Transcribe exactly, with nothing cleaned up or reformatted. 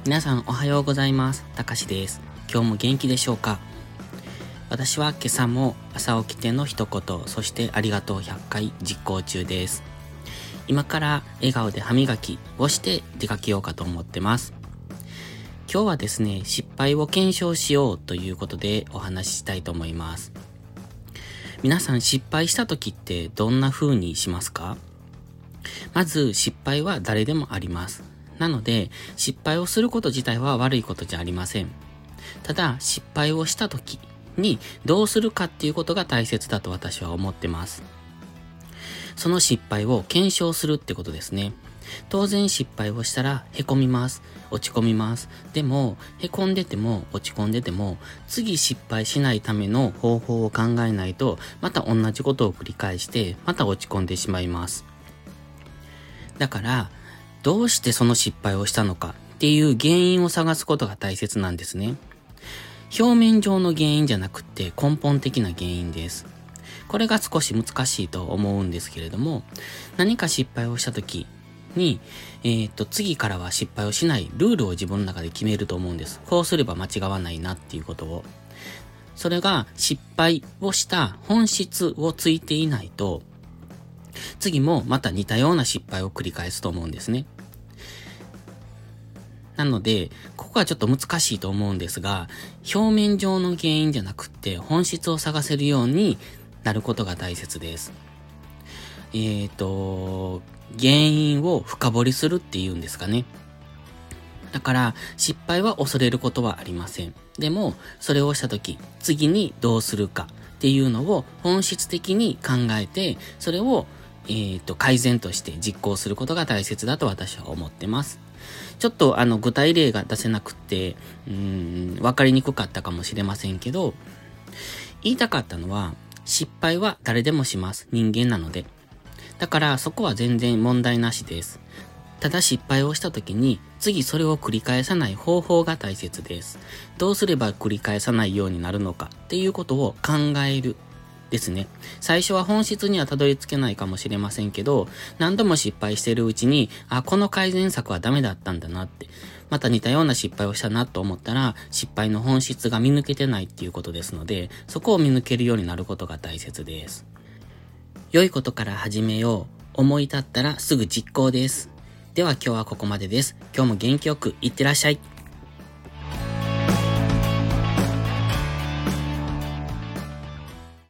皆さんおはようございます。たかしです。今日も元気でしょうか？私は今朝も朝起きての一言、そしてありがとうひゃっかい実行中です。今から笑顔で歯磨きをして出かけようかと思ってます。今日はですね、失敗を検証しようということでお話ししたいと思います。皆さん失敗した時ってどんな風にしますか？まず失敗は誰でもあります。なので、失敗をすること自体は悪いことじゃありません。ただ、失敗をした時にどうするかっていうことが大切だと私は思ってます。その失敗を検証するってことですね。当然失敗をしたら凹みます。落ち込みます。でも、凹んでても落ち込んでても、次失敗しないための方法を考えないと、また同じことを繰り返して、また落ち込んでしまいます。だから、どうしてその失敗をしたのかっていう原因を探すことが大切なんですね。表面上の原因じゃなくって根本的な原因です。これが少し難しいと思うんですけれども、何か失敗をした時に、えっと、次からは失敗をしないルールを自分の中で決めると思うんです。こうすれば間違わないなっていうことを。それが失敗をした本質をついていないと、次もまた似たような失敗を繰り返すと思うんですね。なので、ここはちょっと難しいと思うんですが、表面上の原因じゃなくって本質を探せるようになることが大切です。えっと、原因を深掘りするっていうんですかね。だから、失敗は恐れることはありません。でも、それをしたとき、次にどうするかっていうのを本質的に考えて、それを、えっと、改善として実行することが大切だと私は思ってます。ちょっとあの具体例が出せなくて、うーん、わかりにくかったかもしれませんけど、言いたかったのは、失敗は誰でもします。人間なので。だからそこは全然問題なしです。ただ失敗をした時に、次それを繰り返さない方法が大切です。どうすれば繰り返さないようになるのかっていうことを考える。ですね。最初は本質にはたどり着けないかもしれませんけど、何度も失敗しているうちに、あ、この改善策はダメだったんだなって、また似たような失敗をしたなと思ったら、失敗の本質が見抜けてないっていうことですので、そこを見抜けるようになることが大切です。良いことから始めよう。思い立ったらすぐ実行です。では今日はここまでです。今日も元気よくいってらっしゃい。